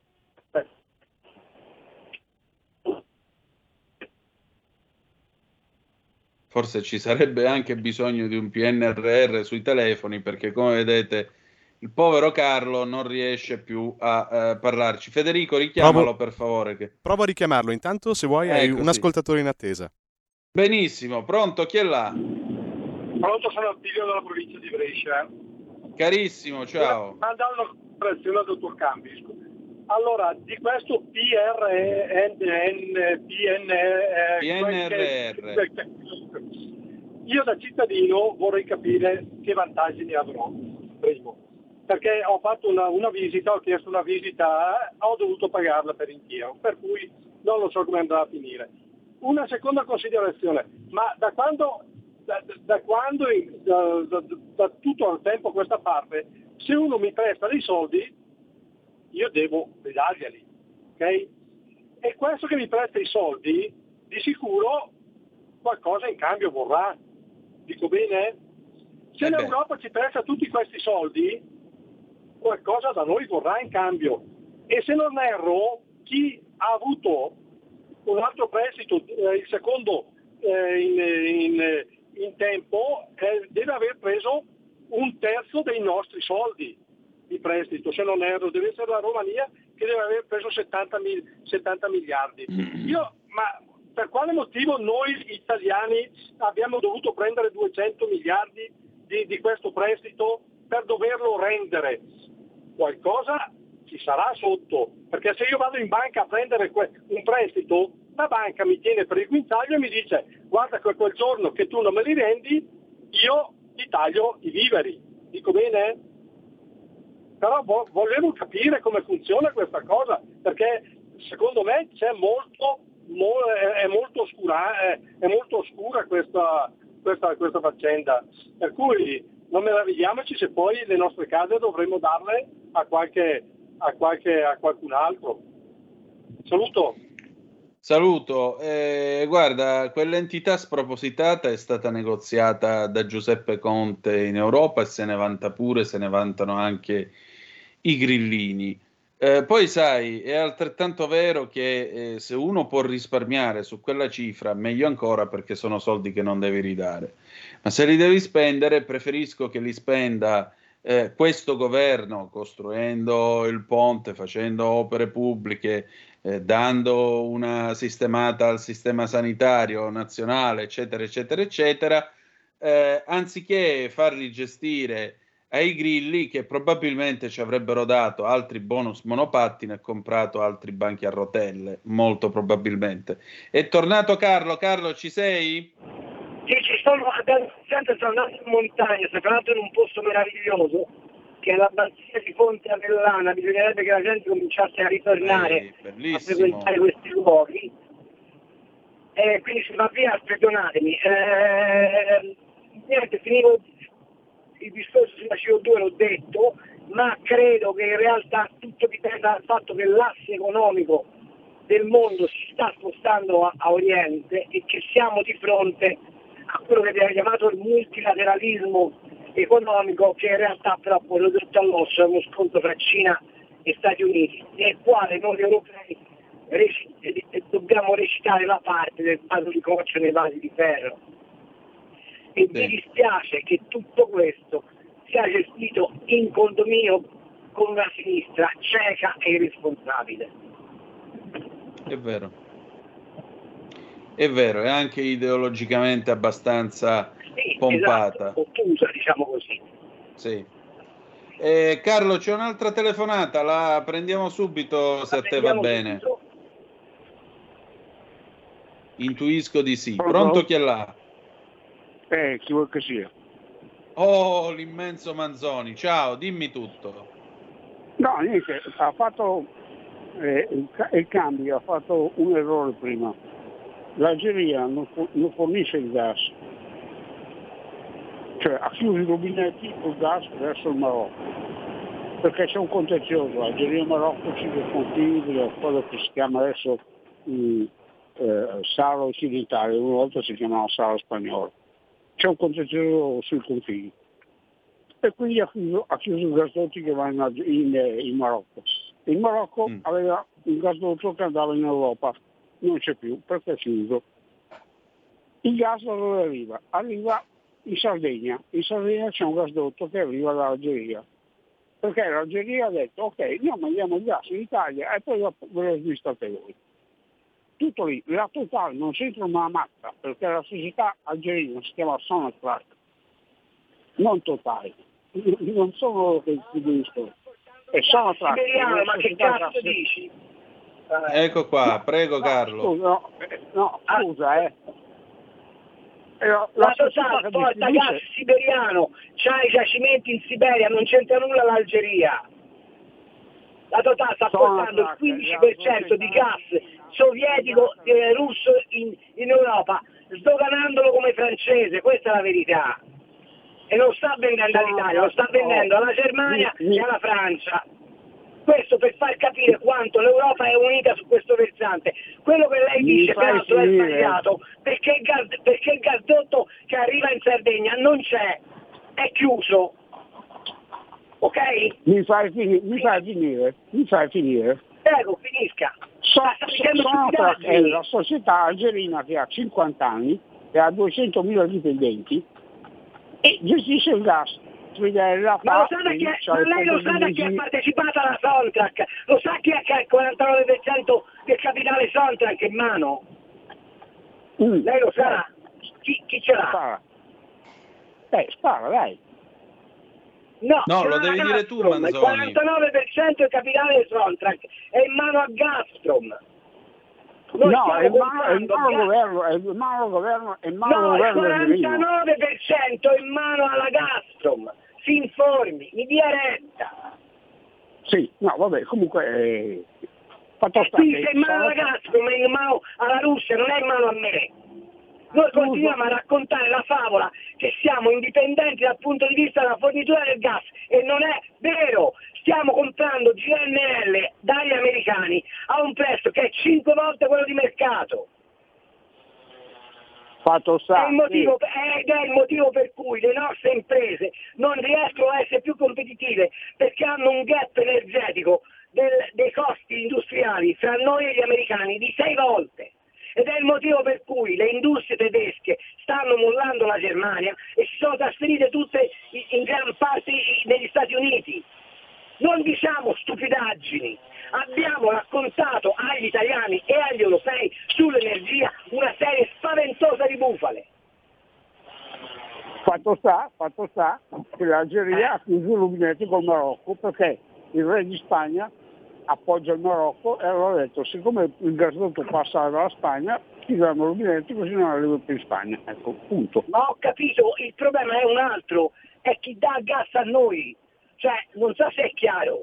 Forse ci sarebbe anche bisogno di un P N R R sui telefoni, perché come vedete il povero Carlo non riesce più a eh, parlarci. Federico, richiamalo Provo- per favore. Che... Provo a richiamarlo, intanto se vuoi hai Ecco, un sì. ascoltatore in attesa. Benissimo, pronto, chi è là? Pronto, sono Attilio dalla provincia di Brescia. Carissimo, ciao. Manda una considerazione al dottor Cambi. Allora, di questo P R N N, P N, eh, P N R R. io da cittadino vorrei capire che vantaggi ne avrò, primo. Perché ho fatto una, una visita, ho chiesto una visita, ho dovuto pagarla per intero, per cui non lo so come andrà a finire. una seconda considerazione, ma da quando, da, da quando da, da, da tutto il tempo a questa parte, se uno mi presta dei soldi, io devo ridarglieli, ok? E questo che mi presta i soldi, di sicuro qualcosa in cambio vorrà, dico bene? Se eh l'Europa ci presta tutti questi soldi, qualcosa da noi vorrà in cambio. E se non erro, chi ha avuto un altro prestito, eh, il secondo eh, in, in, in tempo, eh, deve aver preso un terzo dei nostri soldi di prestito, se non erro, deve essere la Romania che deve aver preso settanta miliardi. Io, ma per quale motivo noi italiani abbiamo dovuto prendere duecento miliardi di, di questo prestito per doverlo rendere? Qualcosa ci sarà sotto, perché se io vado in banca a prendere que- un prestito, la banca mi tiene per il guinzaglio e mi dice: guarda che quel giorno che tu non me li rendi, io ti taglio i viveri. Dico bene? Però vo- volevo capire come funziona questa cosa, perché secondo me c'è molto, mo- è, molto oscura, è, è molto oscura questa, questa, questa faccenda. Per cui non meravigliamoci se poi le nostre case dovremmo darle a qualche, a qualche, a qualcun altro. Saluto. Saluto. Eh, guarda, quell'entità spropositata è stata negoziata da Giuseppe Conte in Europa e se ne vanta pure, se ne vantano anche i grillini. Eh, poi sai, è altrettanto vero che eh, se uno può risparmiare su quella cifra, meglio ancora, perché sono soldi che non devi ridare. Ma se li devi spendere, preferisco che li spenda eh, questo governo, costruendo il ponte, facendo opere pubbliche, eh, dando una sistemata al sistema sanitario nazionale, eccetera, eccetera, eccetera, eh, anziché farli gestire ai grilli che probabilmente ci avrebbero dato altri bonus monopattini e comprato altri banchi a rotelle, molto probabilmente. È tornato Carlo. Carlo, ci sei? Sì, ci sono, sempre sto andando in montagna, sto tornando in un posto meraviglioso, che è l'abbazia di Ponte Avellana. Bisognerebbe che la gente cominciasse a ritornare eh, a frequentare questi luoghi. Eh, quindi si va via, perdonatemi. Eh, niente, finivo il discorso sulla C O due, l'ho detto, ma credo che in realtà tutto dipende dal fatto che l'asse economico del mondo si sta spostando a, a Oriente e che siamo di fronte a quello che viene chiamato il multilateralismo economico, che in realtà però poi ridotto all'osso è uno scontro tra Cina e Stati Uniti, nel quale noi europei rec- dobbiamo recitare la parte del vaso di coccio nei vasi di ferro. E mi dispiace che tutto questo sia gestito in condominio con una sinistra cieca e irresponsabile. È vero. È vero, è anche ideologicamente abbastanza sì, pompata. Esatto, ottusa, diciamo così. Sì. Eh, Carlo, c'è un'altra telefonata, la prendiamo subito se la a te va bene. Subito. Intuisco di sì. Pronto, Pronto chi è là? Eh, chi vuoi che sia? Oh, l'immenso Manzoni. Ciao, dimmi tutto. No, niente, ha fatto eh, il, il cambio, ha fatto un errore prima. L'Algeria non, non fornisce il gas, cioè ha chiuso i rubinetti col gas verso il Marocco, perché c'è un contenzioso, Algeria e Marocco ci confini, quello che si chiama adesso il eh, Sahara occidentale, una volta si chiamava Sahara spagnolo. C'è un contenzioso sui confini e quindi ha chiuso, ha chiuso i gasdotti che vanno in, in, in Marocco. Il Marocco mm. aveva un gasdotto che andava in Europa, non c'è più perché è chiuso. Il gas da dove arriva? Arriva in Sardegna. In Sardegna c'è un gasdotto che arriva dall'Algeria, perché l'Algeria ha detto ok, noi mandiamo il gas in Italia e poi ve lo smistate voi. Tutto lì, la Total non c'entra una mazza, perché la società algerina si chiama Sonatrach, non Total, non sono loro che distribuiscono, è Sonatrach. Siberiano, ma che cazzo dici? Ecco qua, no, prego no, Carlo. Scusa, no, no scusa, eh. La, la Total porta gas siberiano, c'ha i giacimenti in Siberia, non c'entra nulla l'Algeria. La Total sta portando il quindici per cento di gas sovietico eh, russo in, in Europa, sdoganandolo come francese, questa è la verità. E non sta vendendo all'Italia, lo sta vendendo alla Germania e alla Francia. Questo per far capire quanto l'Europa è unita su questo versante. Quello che lei dice peraltro è sbagliato, perché il, gas, perché il gasdotto che arriva in Sardegna non c'è, è chiuso. Ok? Mi fai finire, mi fai finire, mi fai finire. Prego, finisca. So, Sonatrach è la società algerina che ha cinquanta anni e ha duecentomila dipendenti e gestisce il gas. La ma lo sa da chi è, ma lei lo sa da chi ha partecipato alla Sonatrach? Lo sa chi è che ha il quarantanove per cento del capitale Sonatrach in mano? Mm. Lei lo sa? Chi, chi ce l'ha? Spara. Eh, spara, dai. No, no lo devi dire tu, Manzoni. Il quarantanove per cento del capitale di Sonatrach è in mano a Gazprom. Noi no, è in mano al governo, è in mano al governo, è in mano no, al governo. Il quarantanove per cento è in mano alla Gazprom. Si informi, mi dia retta. Sì, no, vabbè, comunque eh, fatto stare. Sì, se è in mano alla Gazprom, è in mano alla Russia, non è in mano a me. Noi continuiamo a raccontare la favola che siamo indipendenti dal punto di vista della fornitura del gas e non è vero. Stiamo comprando G N L dagli americani a un prezzo che è cinque volte quello di mercato. Fatto sta, è il motivo, sì. Ed è il motivo per cui le nostre imprese non riescono a essere più competitive, perché hanno un gap energetico del, dei costi industriali fra noi e gli americani di sei volte. Ed è il motivo per cui le industrie tedesche stanno mollando la Germania e si sono trasferite tutte in gran parte negli Stati Uniti. Non diciamo stupidaggini, abbiamo raccontato agli italiani e agli europei sull'energia una serie spaventosa di bufale. Fatto sta, fatto sta che l'Algeria ha chiuso i rubinetti col Marocco perché il re di Spagna appoggia il Marocco e allora ha detto siccome il gasdotto passa dalla Spagna chiudiamo i rubinetti così non arriva più in Spagna. Ecco, punto. Ma ho capito, il problema è un altro, è chi dà gas a noi. Cioè, non so se è chiaro.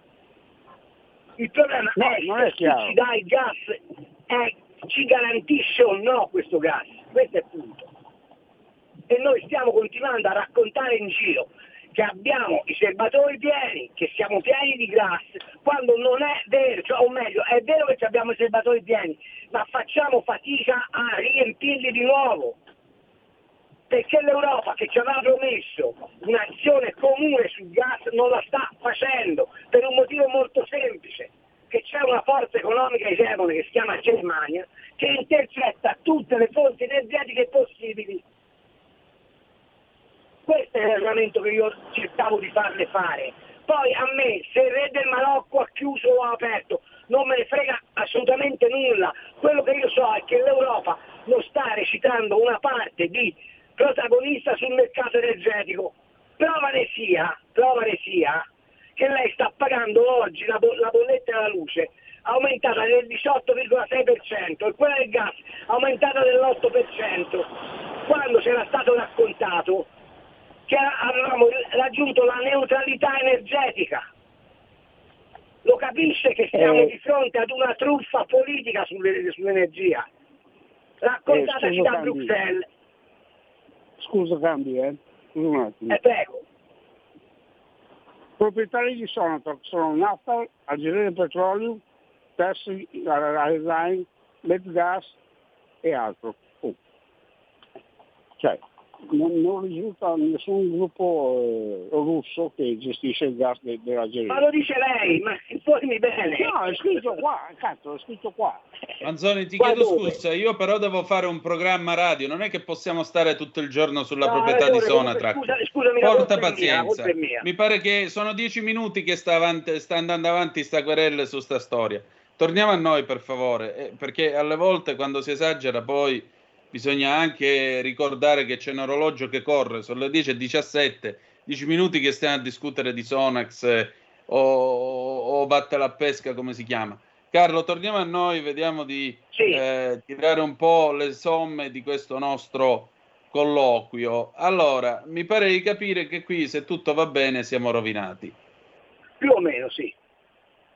Il problema no, è, non è chi ci dà il gas è, ci garantisce o no questo gas. Questo è il punto. E noi stiamo continuando a raccontare in giro che abbiamo i serbatoi pieni, che siamo pieni di gas, quando non è vero, cioè, o meglio, è vero che abbiamo i serbatoi pieni, ma facciamo fatica a riempirli di nuovo. Perché l'Europa che ci aveva promesso un'azione comune sul gas non la sta facendo, per un motivo molto semplice, che c'è una forza economica egemone che si chiama Germania, che intercetta tutte le fonti energetiche possibili. Questo è il ragionamento che io cercavo di farle fare. Poi a me, se il re del Marocco ha chiuso o ha aperto, non me ne frega assolutamente nulla. Quello che io so è che l'Europa non sta recitando una parte di protagonista sul mercato energetico. Prova ne sia, prova ne sia che lei sta pagando oggi la, bo- la bolletta della luce aumentata del diciotto virgola sei per cento e quella del gas aumentata dell'otto per cento, quando c'era stato raccontato che avevamo raggiunto la neutralità energetica. Lo capisce che siamo eh, di fronte ad una truffa politica sulle, sull'energia, raccontataci eh, da Bruxelles. Scusa Cambi, eh? Scusa un attimo. Eh, prego. Proprietari di Sonatrach sono Naftal, Algeria Petroleum, Persi, Airline, Medgas e altro. Oh. Cioè, non, non risulta nessun gruppo eh, russo che gestisce il gas de, dell'Algeria. Ma lo dice lei, ma informi bene. No, è scritto qua, cazzo, è scritto qua. Manzoni, ti chiedo scusa, io però devo fare un programma radio, non è che possiamo stare tutto il giorno sulla no, proprietà ragione, di Sonatrach. Scusa, scusami, porta la pazienza. Mia, mia. Mi pare che sono dieci minuti che sta, avanti, sta andando avanti sta querelle su sta storia. Torniamo a noi, per favore, eh, perché alle volte quando si esagera poi bisogna anche ricordare che c'è un orologio che corre, sono le dieci e diciassette, dieci minuti che stiamo a discutere di Sonax eh, o, o Vatte la pesca, come si chiama. Carlo, torniamo a noi, vediamo di sì. eh, tirare un po' le somme di questo nostro colloquio. Allora, mi pare di capire che qui, se tutto va bene, siamo rovinati. Più o meno, sì.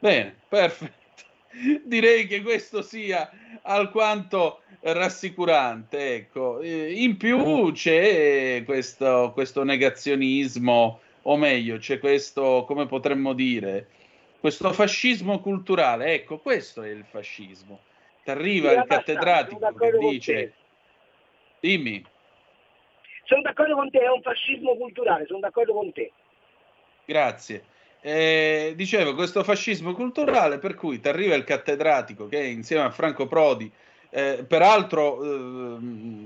Bene, perfetto. Direi che questo sia alquanto rassicurante, ecco. In più c'è questo, questo negazionismo, o meglio, c'è questo, come potremmo dire, questo fascismo culturale. Ecco, questo è il fascismo. T'arriva sì, il cattedratico che dice... Dimmi. Sono d'accordo con te, è un fascismo culturale, sono d'accordo con te. Grazie. Eh, dicevo, questo fascismo culturale per cui ti arriva il cattedratico che insieme a Franco Prodi, eh, peraltro eh,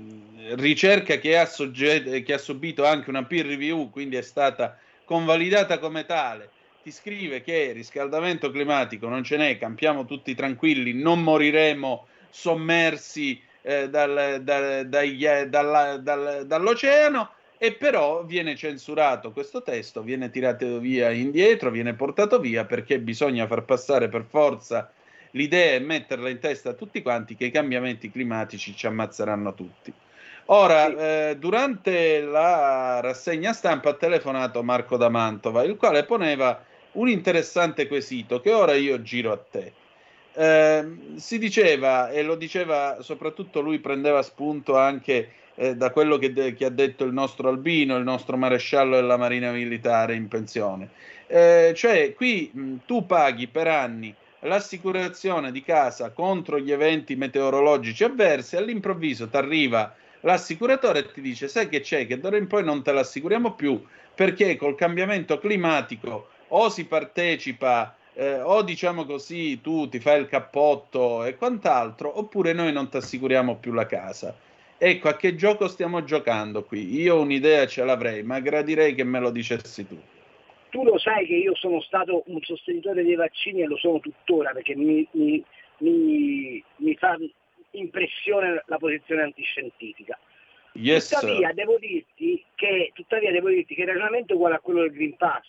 ricerca che ha, sogget- che ha subito anche una peer review, quindi è stata convalidata come tale, ti scrive che riscaldamento climatico non ce n'è, campiamo tutti tranquilli, non moriremo sommersi eh, dal, dal, dagli, dalla, dal, dall'oceano. E però viene censurato questo testo, viene tirato via indietro, viene portato via perché bisogna far passare per forza l'idea e metterla in testa a tutti quanti che i cambiamenti climatici ci ammazzeranno tutti. Ora, sì. eh, durante la rassegna stampa ha telefonato Marco da Mantova, il quale poneva un interessante quesito che ora io giro a te. Eh, si diceva, e lo diceva soprattutto lui, prendeva spunto anche Eh, da quello che, de- che ha detto il nostro Albino, il nostro maresciallo della Marina Militare in pensione. Eh, cioè, qui mh, tu paghi per anni l'assicurazione di casa contro gli eventi meteorologici avversi, all'improvviso ti arriva l'assicuratore e ti dice: sai che c'è, che d'ora in poi non te l'assicuriamo più perché col cambiamento climatico o si partecipa eh, o diciamo così tu ti fai il cappotto e quant'altro, oppure noi non ti assicuriamo più la casa. Ecco, a che gioco stiamo giocando qui? Io un'idea ce l'avrei, ma gradirei che me lo dicessi tu. Tu lo sai che io sono stato un sostenitore dei vaccini e lo sono tuttora, perché mi, mi, mi, mi fa impressione la posizione antiscientifica. Yes, tuttavia, devo dirti che, tuttavia devo dirti che il ragionamento è uguale a quello del Green Pass.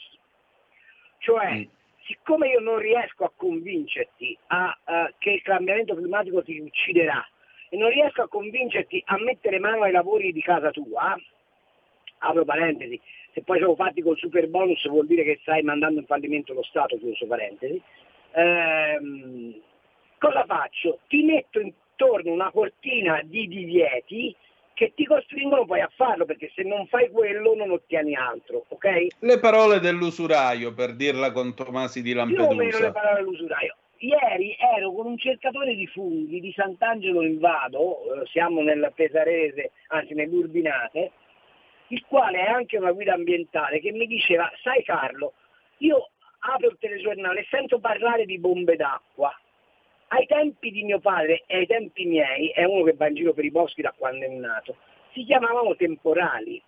Cioè, mm. siccome io non riesco a convincerti a, a, che il cambiamento climatico ti ucciderà, e non riesco a convincerti a mettere mano ai lavori di casa tua, apro parentesi, se poi sono fatti col super bonus vuol dire che stai mandando in fallimento lo Stato, chiuso parentesi, ehm, cosa faccio? Ti metto intorno una cortina di divieti che ti costringono poi a farlo, perché se non fai quello non ottieni altro, ok? Le parole dell'usuraio, per dirla con Tomasi di Lampedusa. Più o meno le parole dell'usuraio. Ieri ero con un cercatore di funghi di Sant'Angelo in Vado, eh, siamo nel Pesarese, anzi nell'Urbinate, il quale è anche una guida ambientale, che mi diceva: sai Carlo, io apro il telegiornale e sento parlare di bombe d'acqua. Ai tempi di mio padre e ai tempi miei, è uno che va in giro per i boschi da quando è nato, si chiamavano temporali.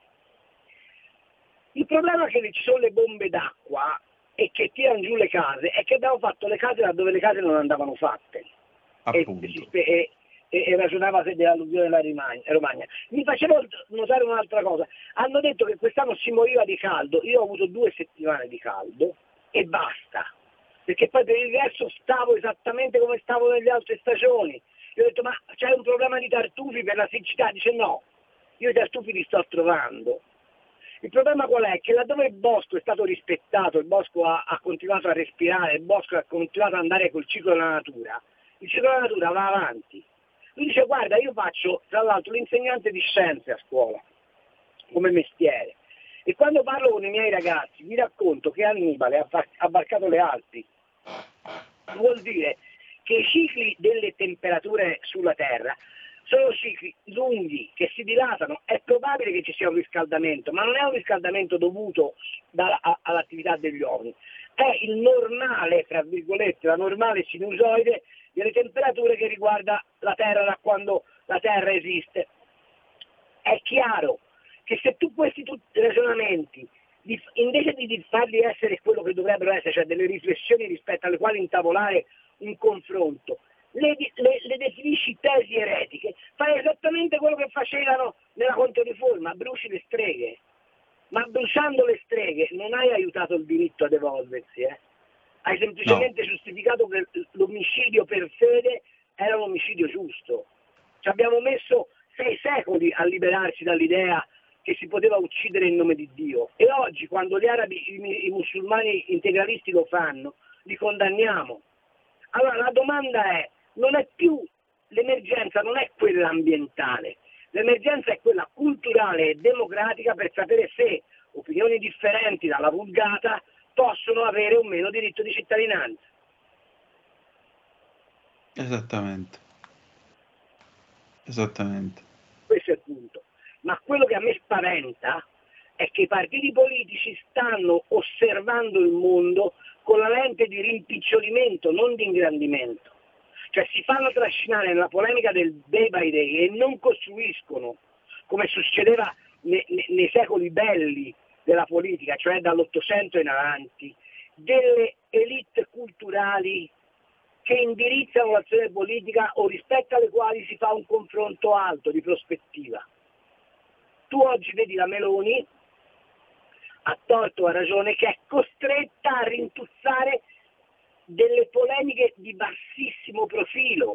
Il problema è che ci sono le bombe d'acqua e che tirano giù le case, è che abbiamo fatto le case laddove le case non andavano fatte. Appunto. E, e, e, e ragionava dell'alluvione della Romagna. Mi facevo notare un'altra cosa: hanno detto che quest'anno si moriva di caldo, io ho avuto due settimane di caldo e basta, perché poi per il resto stavo esattamente come stavo nelle altre stagioni. Io ho detto: ma c'è un problema di tartufi per la siccità? Dice: no, io i tartufi li sto trovando. Il problema qual è? Che laddove il bosco è stato rispettato, il bosco ha, ha continuato a respirare, il bosco ha continuato ad andare col ciclo della natura, il ciclo della natura va avanti. Lui dice: guarda, io faccio tra l'altro l'insegnante di scienze a scuola, come mestiere, e quando parlo con i miei ragazzi vi racconto che Annibale ha varcato le Alpi. Vuol dire che i cicli delle temperature sulla Terra sono cicli lunghi che si dilatano. È probabile che ci sia un riscaldamento, ma non è un riscaldamento dovuto da, a, all'attività degli uomini, è il normale, tra virgolette, la normale sinusoide delle temperature che riguarda la Terra da quando la Terra esiste. È chiaro che se tu questi tutti ragionamenti, invece di farli essere quello che dovrebbero essere, cioè delle riflessioni rispetto alle quali intavolare un confronto, Le, le, le definisci tesi eretiche, fai esattamente quello che facevano nella Controriforma: bruci le streghe. Ma bruciando le streghe non hai aiutato il diritto ad evolversi, eh? Hai semplicemente no. giustificato che l'omicidio per fede era un omicidio giusto. Ci abbiamo messo sei secoli a liberarci dall'idea che si poteva uccidere in nome di Dio, e oggi, quando gli arabi, i, i musulmani integralisti lo fanno, li condanniamo. Allora la domanda è, non è più, l'emergenza non è quella ambientale, l'emergenza è quella culturale e democratica per sapere se opinioni differenti dalla vulgata possono avere o meno diritto di cittadinanza. Esattamente. Esattamente. Questo è il punto. Ma quello che a me spaventa è che i partiti politici stanno osservando il mondo con la lente di rimpicciolimento, non di ingrandimento. Cioè si fanno trascinare nella polemica del day by day e non costruiscono, come succedeva ne, ne, nei secoli belli della politica, cioè dall'Ottocento in avanti, delle elite culturali che indirizzano l'azione politica o rispetto alle quali si fa un confronto alto di prospettiva. Tu oggi vedi la Meloni, a torto o a ragione, che è costretta a rintuzzare delle polemiche di bassissimo profilo,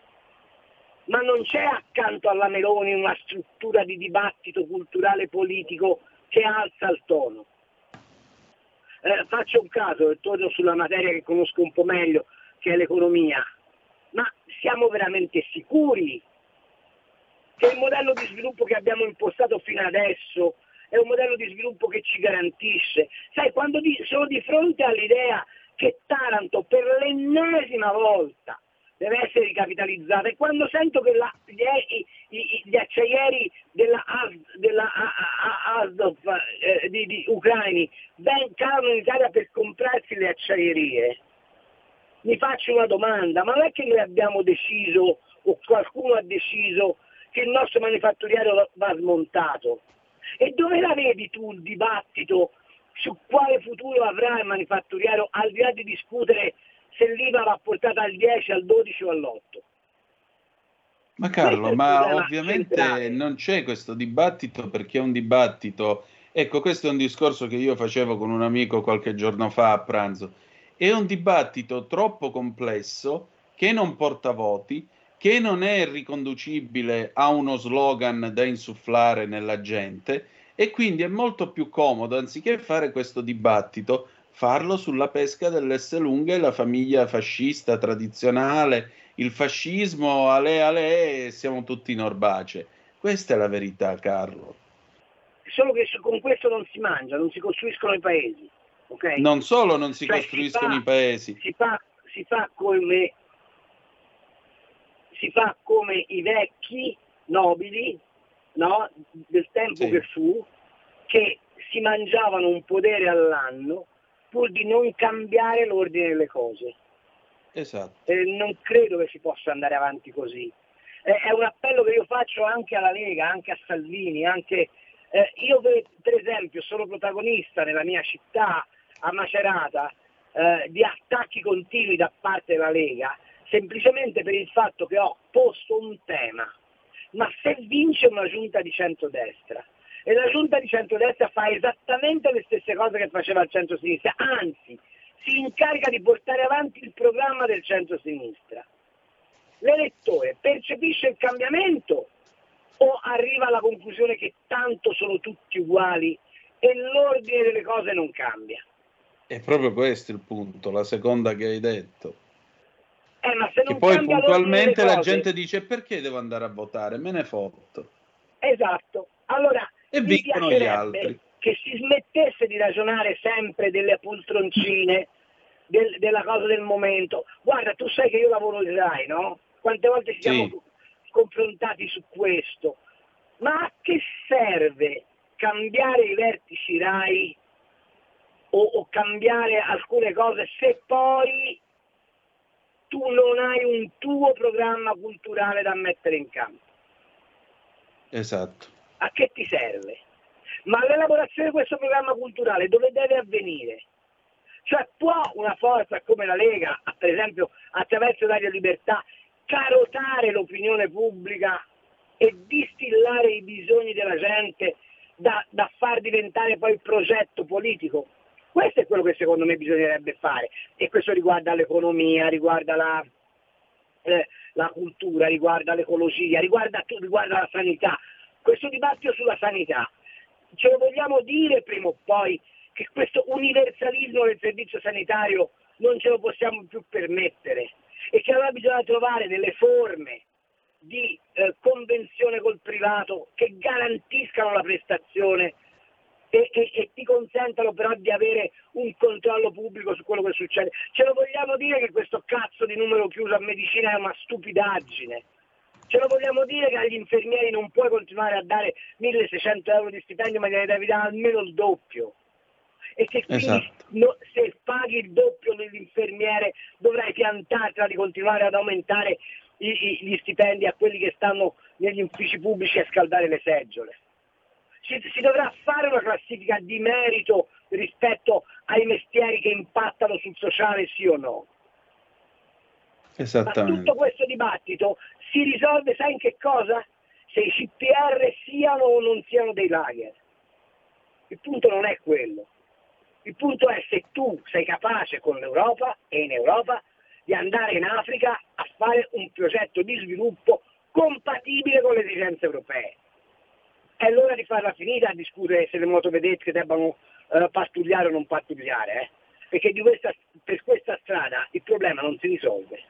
ma non c'è accanto alla Meloni una struttura di dibattito culturale politico che alza il tono. Eh, faccio un caso e torno sulla materia che conosco un po' meglio, che è l'economia. Ma siamo veramente sicuri che il modello di sviluppo che abbiamo impostato fino adesso è un modello di sviluppo che ci garantisce? Sai, quando di, sono di fronte all'idea che Taranto per l'ennesima volta deve essere ricapitalizzata e quando sento che la, gli, gli, gli acciaieri della, della Azov eh, di, di ucraini vengono in Italia per comprarsi le acciaierie, mi faccio una domanda: ma non è che noi abbiamo deciso o qualcuno ha deciso che il nostro manifatturiero va smontato? E dove la vedi tu il dibattito su quale futuro avrà il manifatturiero, al di là di discutere se l'I V A va portata al dieci, al dodici o all'otto? Ma Carlo, ma ovviamente centrale. Non c'è questo dibattito perché è un dibattito, ecco, questo è un discorso che io facevo con un amico qualche giorno fa a pranzo, è un dibattito troppo complesso che non porta voti, che non è riconducibile a uno slogan da insufflare nella gente e quindi è molto più comodo, anziché fare questo dibattito, farlo sulla pesca dell'Esselunga e la famiglia fascista tradizionale, il fascismo, ale ale, siamo tutti in orbace. Questa è la verità, Carlo. Solo che con questo non si mangia, non si costruiscono i paesi. Okay? Non solo non si cioè, costruiscono si fa, i paesi. Si fa, si fa come... si fa come i vecchi nobili, no, del tempo sì. che fu, che si mangiavano un podere all'anno pur di non cambiare l'ordine delle cose. Esatto. Eh, non credo che si possa andare avanti così. Eh, è un appello che io faccio anche alla Lega, anche a Salvini, anche eh, io per esempio sono protagonista nella mia città, a Macerata, eh, di attacchi continui da parte della Lega, semplicemente per il fatto che ho posto un tema. Ma se vince una giunta di centrodestra e la giunta di centrodestra fa esattamente le stesse cose che faceva il centrosinistra, anzi si incarica di portare avanti il programma del centrosinistra, l'elettore percepisce il cambiamento o arriva alla conclusione che tanto sono tutti uguali e l'ordine delle cose non cambia? È proprio questo il punto, la seconda che hai detto. Eh, ma se non che poi cambia puntualmente la cose... gente dice: perché devo andare a votare? Me ne fotto. Esatto. Allora e mi vincono gli altri. Che si smettesse di ragionare sempre delle poltroncine, del, della cosa del momento. Guarda, tu sai che io lavoro in Rai, no? Quante volte ci siamo sì. confrontati su questo. Ma a che serve cambiare i vertici Rai o, o cambiare alcune cose se poi tu non hai un tuo programma culturale da mettere in campo? Esatto. A che ti serve? Ma l'elaborazione di questo programma culturale dove deve avvenire? Cioè può una forza come la Lega, per esempio attraverso Radio Libertà, carotare l'opinione pubblica e distillare i bisogni della gente da, da far diventare poi il progetto politico? Questo è quello che secondo me bisognerebbe fare, e questo riguarda l'economia, riguarda la, eh, la cultura, riguarda l'ecologia, riguarda, riguarda la sanità. Questo dibattito sulla sanità, ce lo vogliamo dire prima o poi che questo universalismo del servizio sanitario non ce lo possiamo più permettere e che allora bisogna trovare delle forme di eh, convenzione col privato che garantiscano la prestazione e, e, e ti consentano però di avere un controllo pubblico su quello che succede. Ce lo vogliamo dire che questo cazzo di numero chiuso a medicina è una stupidaggine? Ce lo vogliamo dire che agli infermieri non puoi continuare a dare milleseicento euro di stipendio, ma gliene devi dare almeno il doppio? E che quindi esatto. no, se paghi il doppio dell'infermiere dovrai piantartela di continuare ad aumentare i, i, gli stipendi a quelli che stanno negli uffici pubblici a scaldare le seggiole. Si, si dovrà fare una classifica di merito rispetto ai mestieri che impattano sul sociale, sì o no? Esattamente. Ma tutto questo dibattito si risolve, sai in che cosa? Se i C P R siano o non siano dei lager. Il punto non è quello. Il punto è se tu sei capace con l'Europa e in Europa di andare in Africa a fare un progetto di sviluppo compatibile con le esigenze europee. È l'ora di farla finita a discutere se le motovedette debbano uh, pattugliare o non pattugliare, eh? Perché di questa, per questa strada il problema non si risolve.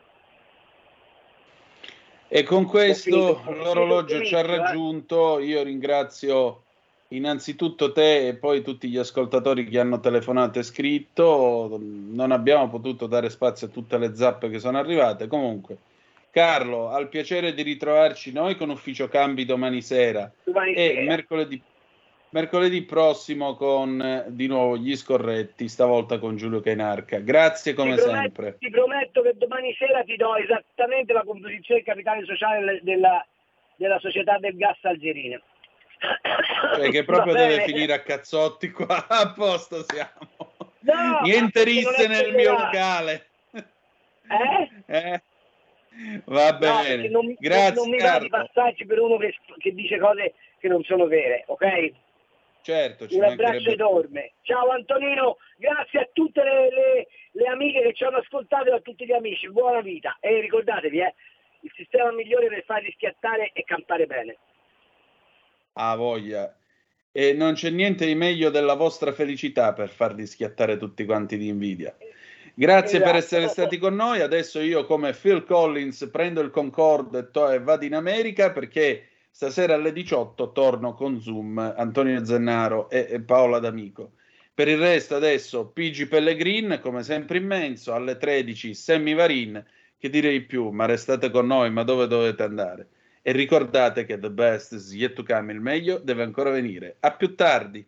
E con questo finito, l'orologio finito, ci ha eh. raggiunto. Io ringrazio innanzitutto te e poi tutti gli ascoltatori che hanno telefonato e scritto. Non abbiamo potuto dare spazio a tutte le zappe che sono arrivate. Comunque, Carlo, al piacere di ritrovarci noi con Ufficio Cambi domani sera Domani e sera. mercoledì, mercoledì prossimo con eh, di nuovo Gli Scorretti, stavolta con Giulio Cainarca. Grazie come ti prometto, sempre. Ti prometto che domani sera ti do esattamente la composizione del capitale sociale della, della società del gas algerina. Cioè che proprio Va deve bene? finire a cazzotti qua. A posto siamo. No, Niente perché non risse è nel quello mio là. locale. Eh? Eh? Va No, bene. perché non, Grazie non mi va Carlo. di passarci per uno che, che dice cose che non sono vere, ok? Certo, ci Un abbraccio mancherebbe. enorme. Ciao Antonino, grazie a tutte le, le, le amiche che ci hanno ascoltato e a tutti gli amici. Buona vita. E ricordatevi, eh, il sistema migliore per farli schiattare è campare bene. Ah, voglia. E non c'è niente di meglio della vostra felicità per farli schiattare tutti quanti di invidia. Grazie Esatto. per essere stati con noi. Adesso io, come Phil Collins, prendo il Concorde e, to- e vado in America, perché stasera alle diciotto torno con Zoom, Antonio Zennaro e, e Paola D'Amico. Per il resto adesso P G Pellegrin, come sempre immenso, alle tredici Sammy Varin, che direi più, ma restate con noi, ma dove dovete andare? E ricordate che the best is yet to come, il meglio deve ancora venire. A più tardi.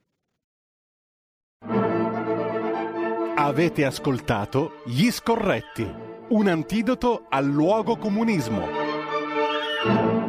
Avete ascoltato Gli Scorretti, un antidoto al luogo comunismo.